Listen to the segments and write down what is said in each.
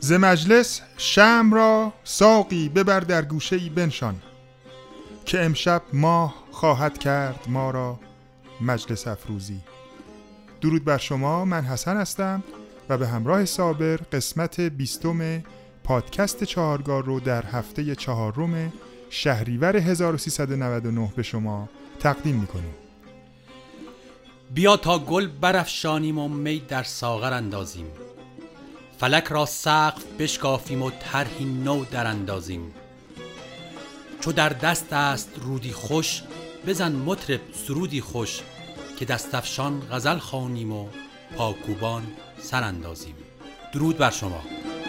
ز مجلس شمع را ساقی ببر در گوشه‌ای بنشان، که امشب ماه خواهد کرد ما را مجلس افروزی. درود بر شما، من حسن هستم و به همراه صابر قسمت 20 پادکست چهارگار رو در هفته 4 شهریور 1399 به شما تقدیم میکنیم. بیا تا گل برافشانیم و می در ساغر اندازیم، فلک را سقف بشکافیم و طرحی نو در اندازیم. چو در دست است رودی خوش، بزن مطرب سرودی خوش، که دستفشان غزل خوانیم و پاکوبان سر اندازیم. درود بر شما.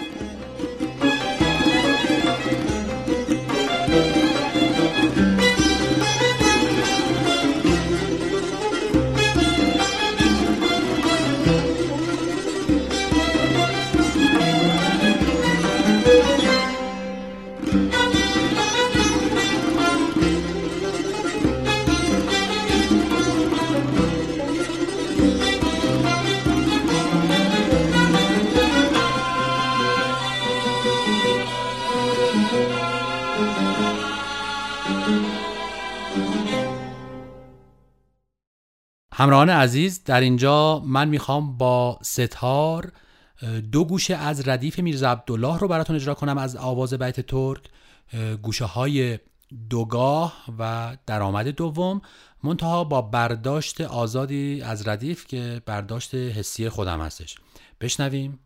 همراهان عزیز، در اینجا من میخوام با ستار دو گوشه از ردیف میرزا عبدالله رو براتون اجرا کنم از آواز بیت ترک، گوشه های دوگاه و درآمد دوم، منتها با برداشت آزادی از ردیف که برداشت حسی خودم هستش. بشنویم.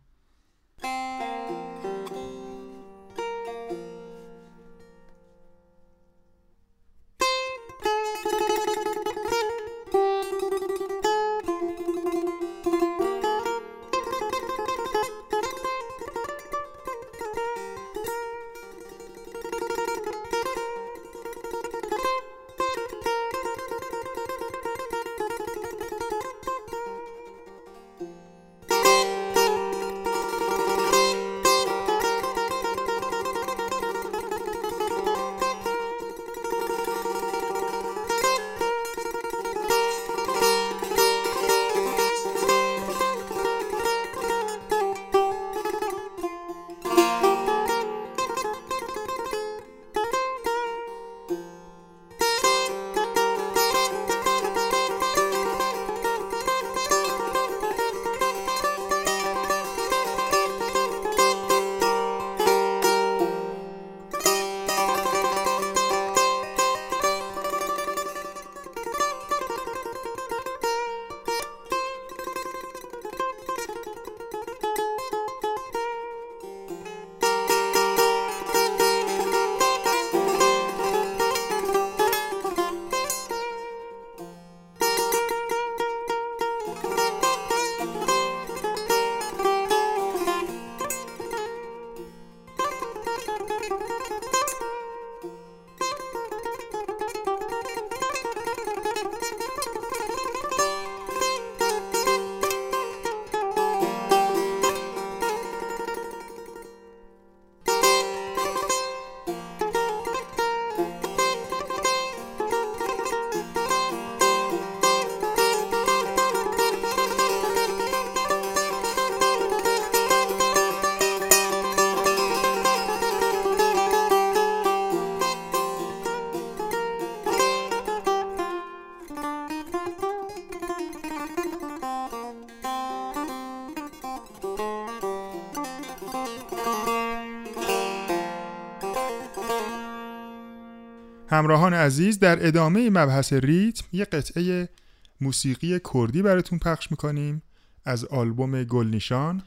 همراهان عزیز، در ادامه مبحث ریتم یه قطعه موسیقی کردی براتون پخش میکنیم از آلبوم گلنیشان،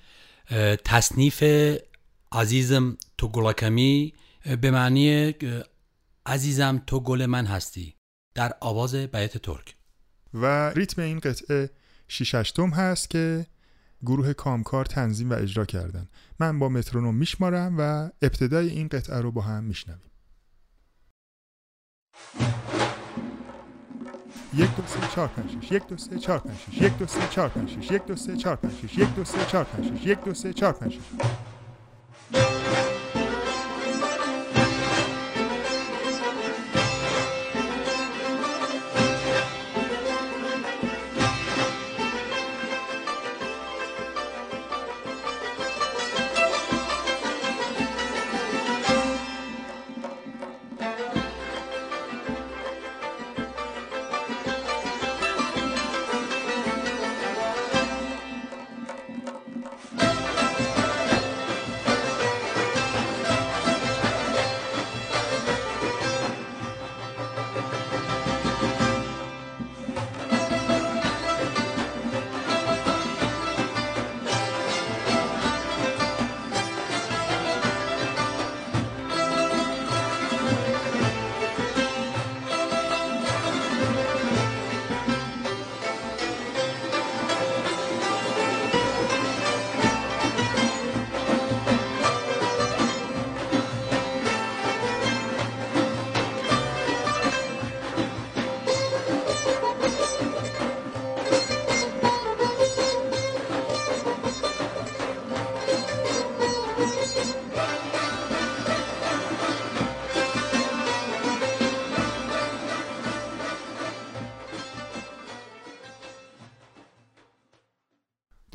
تصنیف عزیزم تو گلکمی، به معنی عزیزم تو گل من هستی، در آواز بیت ترک. و ریتم این قطعه 6/8 هست که گروه کامکار تنظیم و اجرا کردن. من با مترونوم میشمارم و ابتدای این قطعه رو با هم میشنویم. 1 2 3 4 5 6 1 2 3 4 5 6 1 2 3 4 5 6 1 2 3 4 5 6 1 2 3 4 5 6 1 2 3 4 5 6.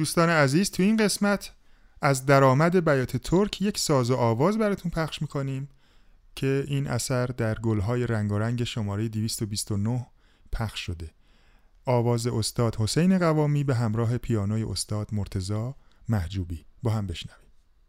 دوستان عزیز، تو این قسمت از درآمد بیات ترک یک ساز و آواز براتون پخش میکنیم که این اثر در گلهای رنگارنگ شماره 229 پخش شده. آواز استاد حسین قوامی به همراه پیانوی استاد مرتضی محجوبی. با هم بشنویم.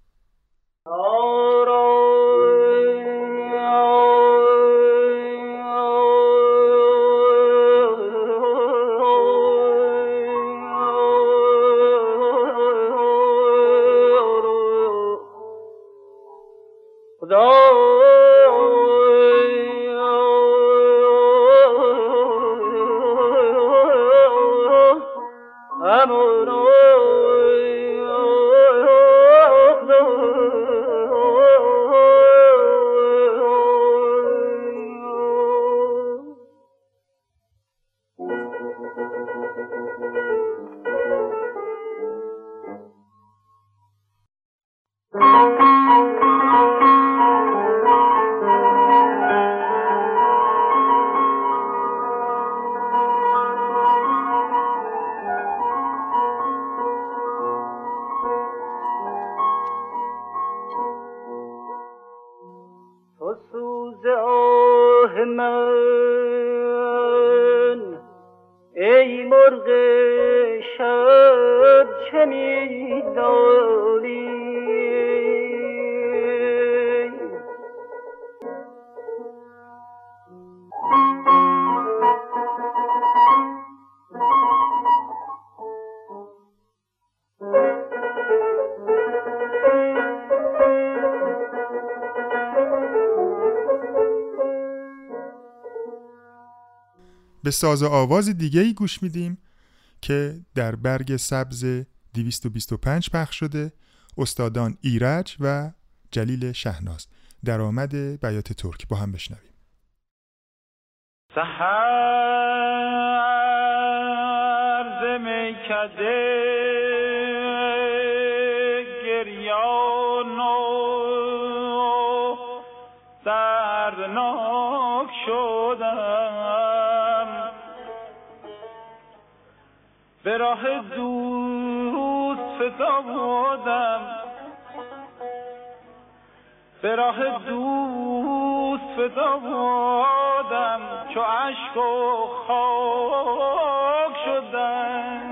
به ساز آواز دیگه‌ای گوش میدیم که در برگ سبز 225 پخش شده. استادان ایرج و جلیل شهناز. درآمد بیات ترک. با هم بشنویم. سحر ز میکده گریان و دردناک شدم، به راه دوست فتادم، به راه دوست فتادم، چو اشک و خاک شدم.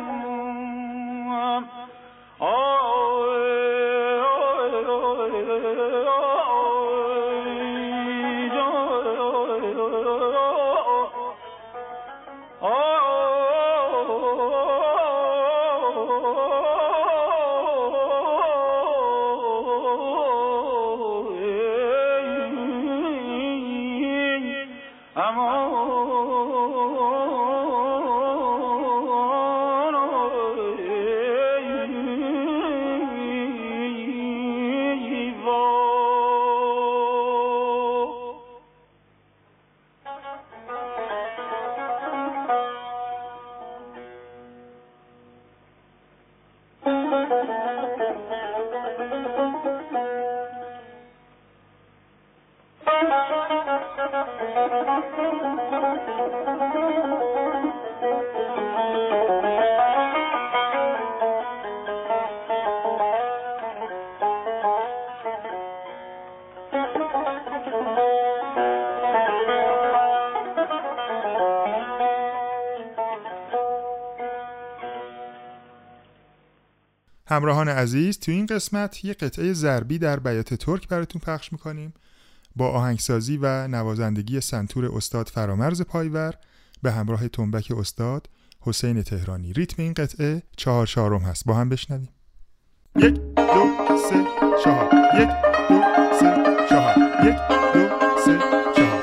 همراهان عزیز، تو این قسمت یه قطعه ضربی در بیات ترک براتون پخش میکنیم با آهنگسازی و نوازندگی سنتور استاد فرامرز پایور به همراه تنبک استاد حسین تهرانی. ریتم این قطعه 4/4 هست. با هم بشنویم. 1 2 3 4 1 2 3 4 1 2 3 4.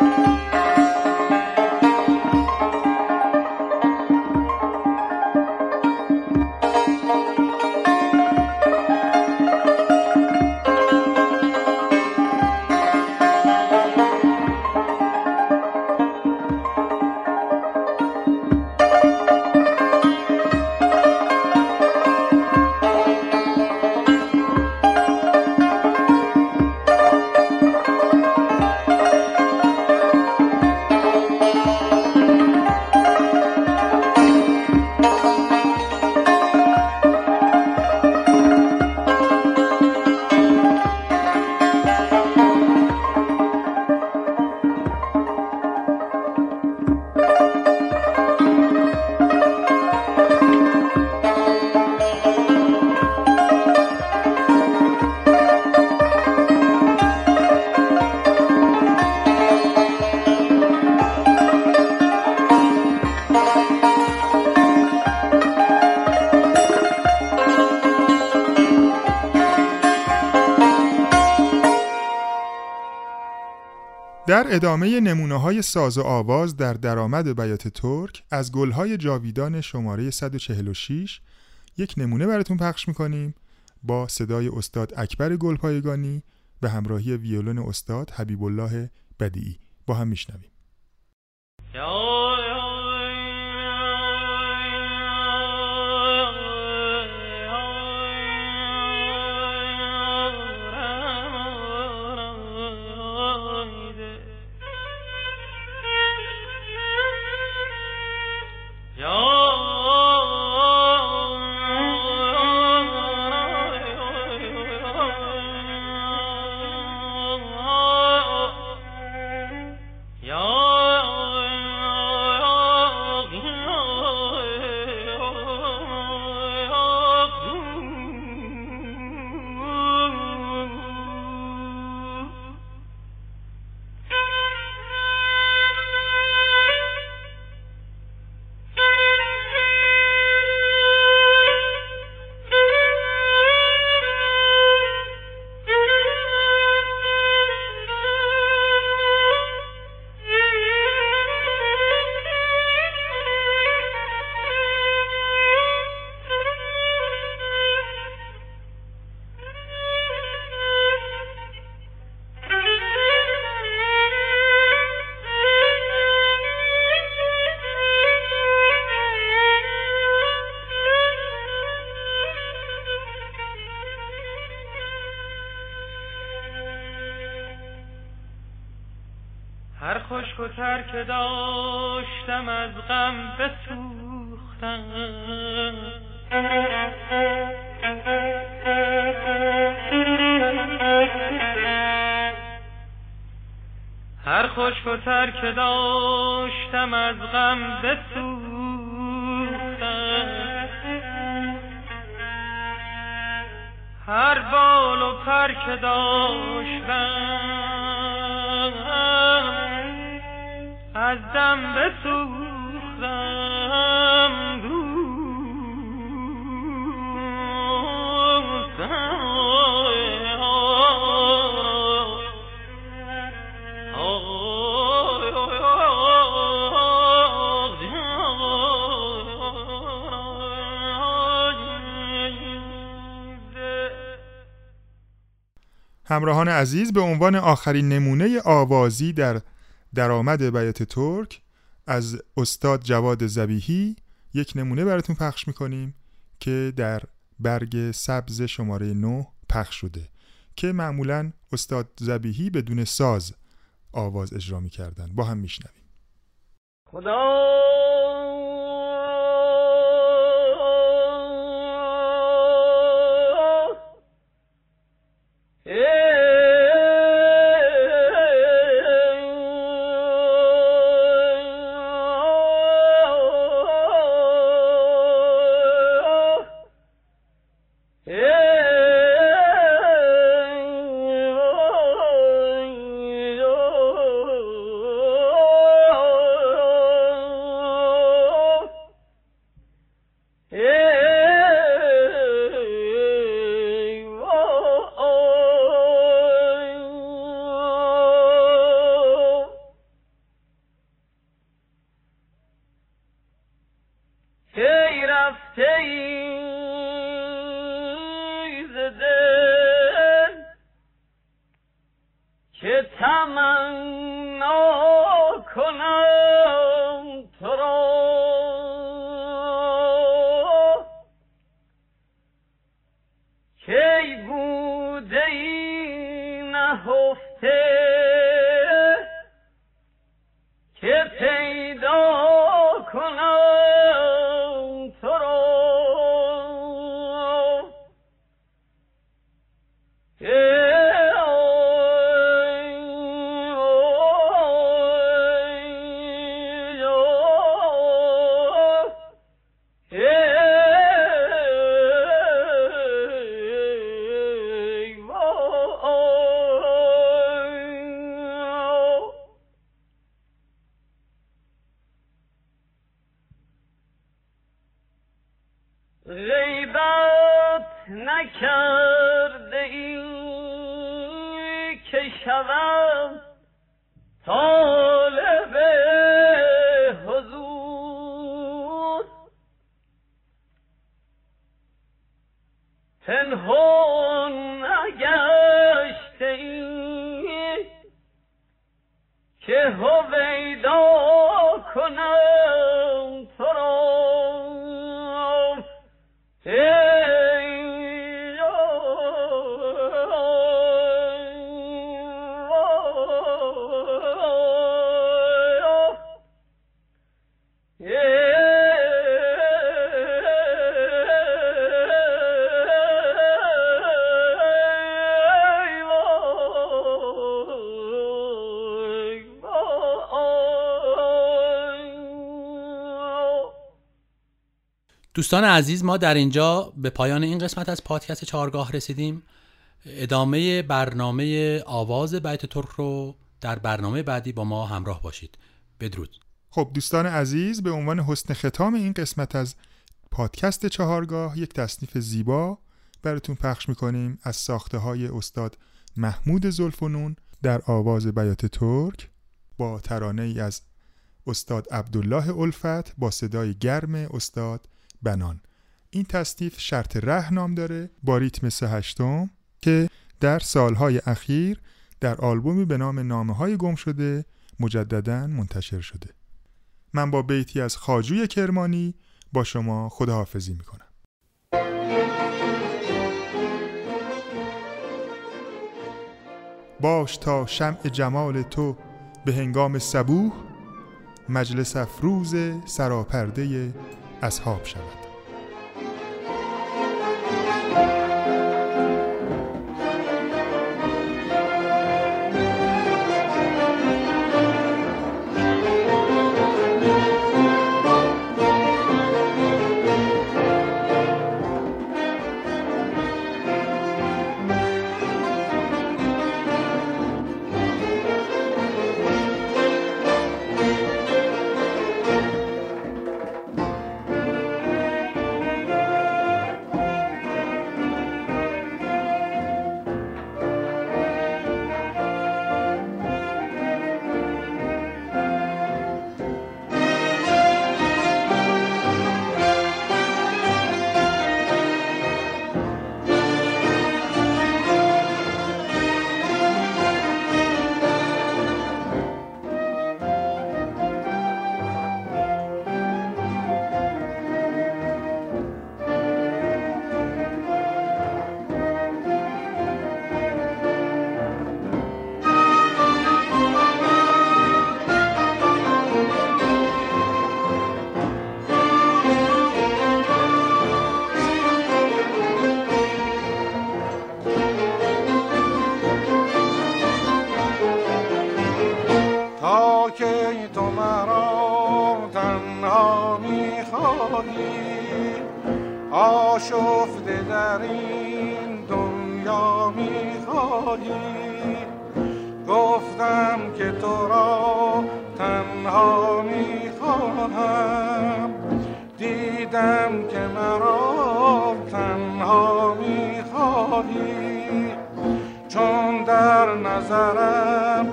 در ادامه نمونه‌های ساز و آواز در درآمد بیات ترک از گل‌های جاویدان شماره 146 یک نمونه براتون پخش می‌کنیم با صدای استاد اکبر گلپایگانی به همراهی ویولن استاد حبیب الله بدیعی. با هم میشنویم. هر خشک و تر که داشتم از غم بسوختم، هر خشک و تر که داشتم از غم بسوختم، هر بال و پر که داشتم از دم بسوختم. همراهان عزیز، به عنوان آخرین نمونه آوازی در درآمد بیات ترک از استاد جواد ذبیحی یک نمونه براتون پخش میکنیم که در برگ سبز شماره 9 پخش شده که معمولاً استاد ذبیحی بدون ساز آواز اجرا میکردن. با هم میشنویم. خدا غیبت نکرده ای که شوم طالب حضور پنهان نگشته ای که هویدا کنم تو را دوستان عزیز، ما در اینجا به پایان این قسمت از پادکست چهارگاه رسیدیم. ادامه برنامه آواز بیت ترک رو در برنامه بعدی با ما همراه باشید. بدرود. خب دوستان عزیز، به عنوان حسن ختام این قسمت از پادکست چهارگاه یک تصنیف زیبا براتون پخش میکنیم از ساخته های استاد محمود زلفنون در آواز بیات ترک با ترانه ای از استاد عبدالله الفت با صدای گرم استاد بنان. این تصنیف شرط ره نام داره با ریتم 3/8 که در سالهای اخیر در آلبومی به نام نامه‌های گم شده مجدداً منتشر شده. من با بیتی از خواجوی کرمانی با شما خداحافظی میکنم. باش تا شمع جمال تو به هنگام صبوح مجلس افروز سراپرده اصحاب شود. آشفته در این دنیا می‌خواهی، گفتم که تو را تنها می‌خواهم، دیدم که مرا تنها می‌خواهی، چون در نظرم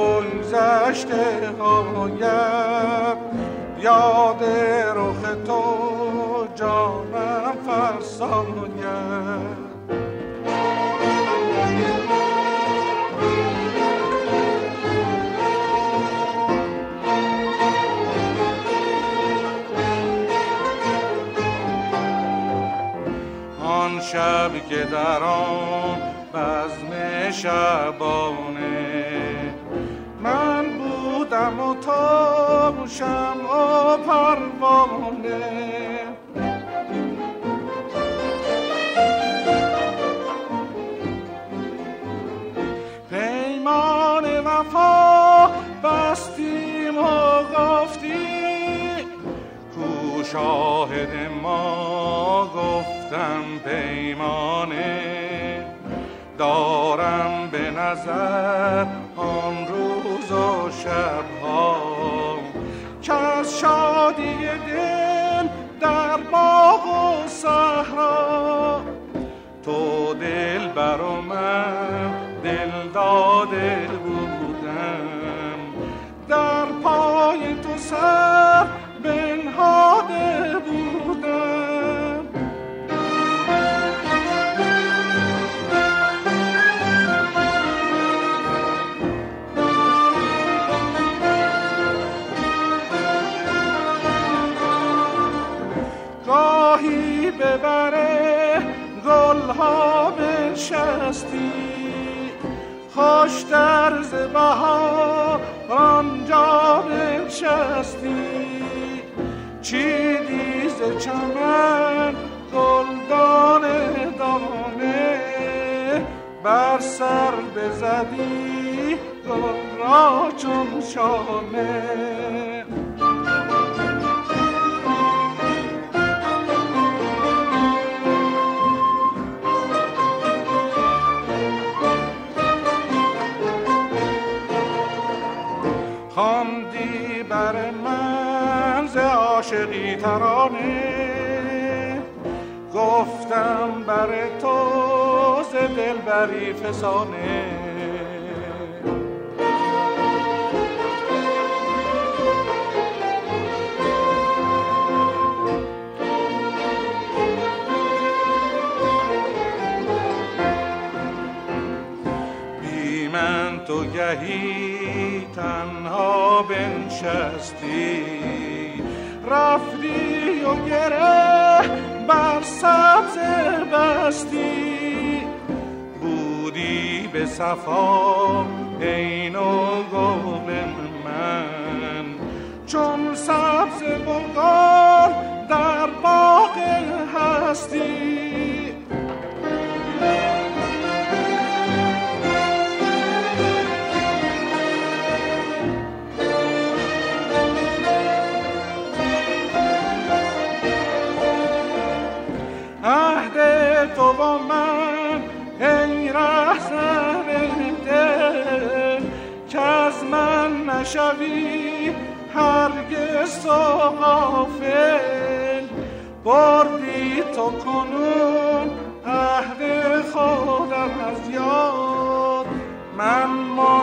بگذشته آید یاد رخ تو جانم فرساید. آن شب که در آن بزم شبانه من بودم و تو شمع و پروانه، پیمان وفا بستیم و گفتی، کو شاهد ما گفتم پیمانه، دارم به نظر آن روز و شبها که از شادی دل در باغ و صحرا تو دل بر من دل داده بودم، گلها بنشستی، خوش در ز بهار آنجا بنشستی، چیدی ز چمن گلدان دانه، بر سر بزدی گل را چون شانه. خواندی بر من ز عاشقی ترانه، گفتم بر تو ز دلبری فسانه. بی من تو گهی تنها بنشستی، رفتی و گره بر سبز بستی، بودی به صفا عین و گل من، چون سبز بلغار در باغ هستی. تو با من ای رهزن دل، که از من نشوی هرگز تو غافل، بردی تو کنون عهد خودم از یاد، من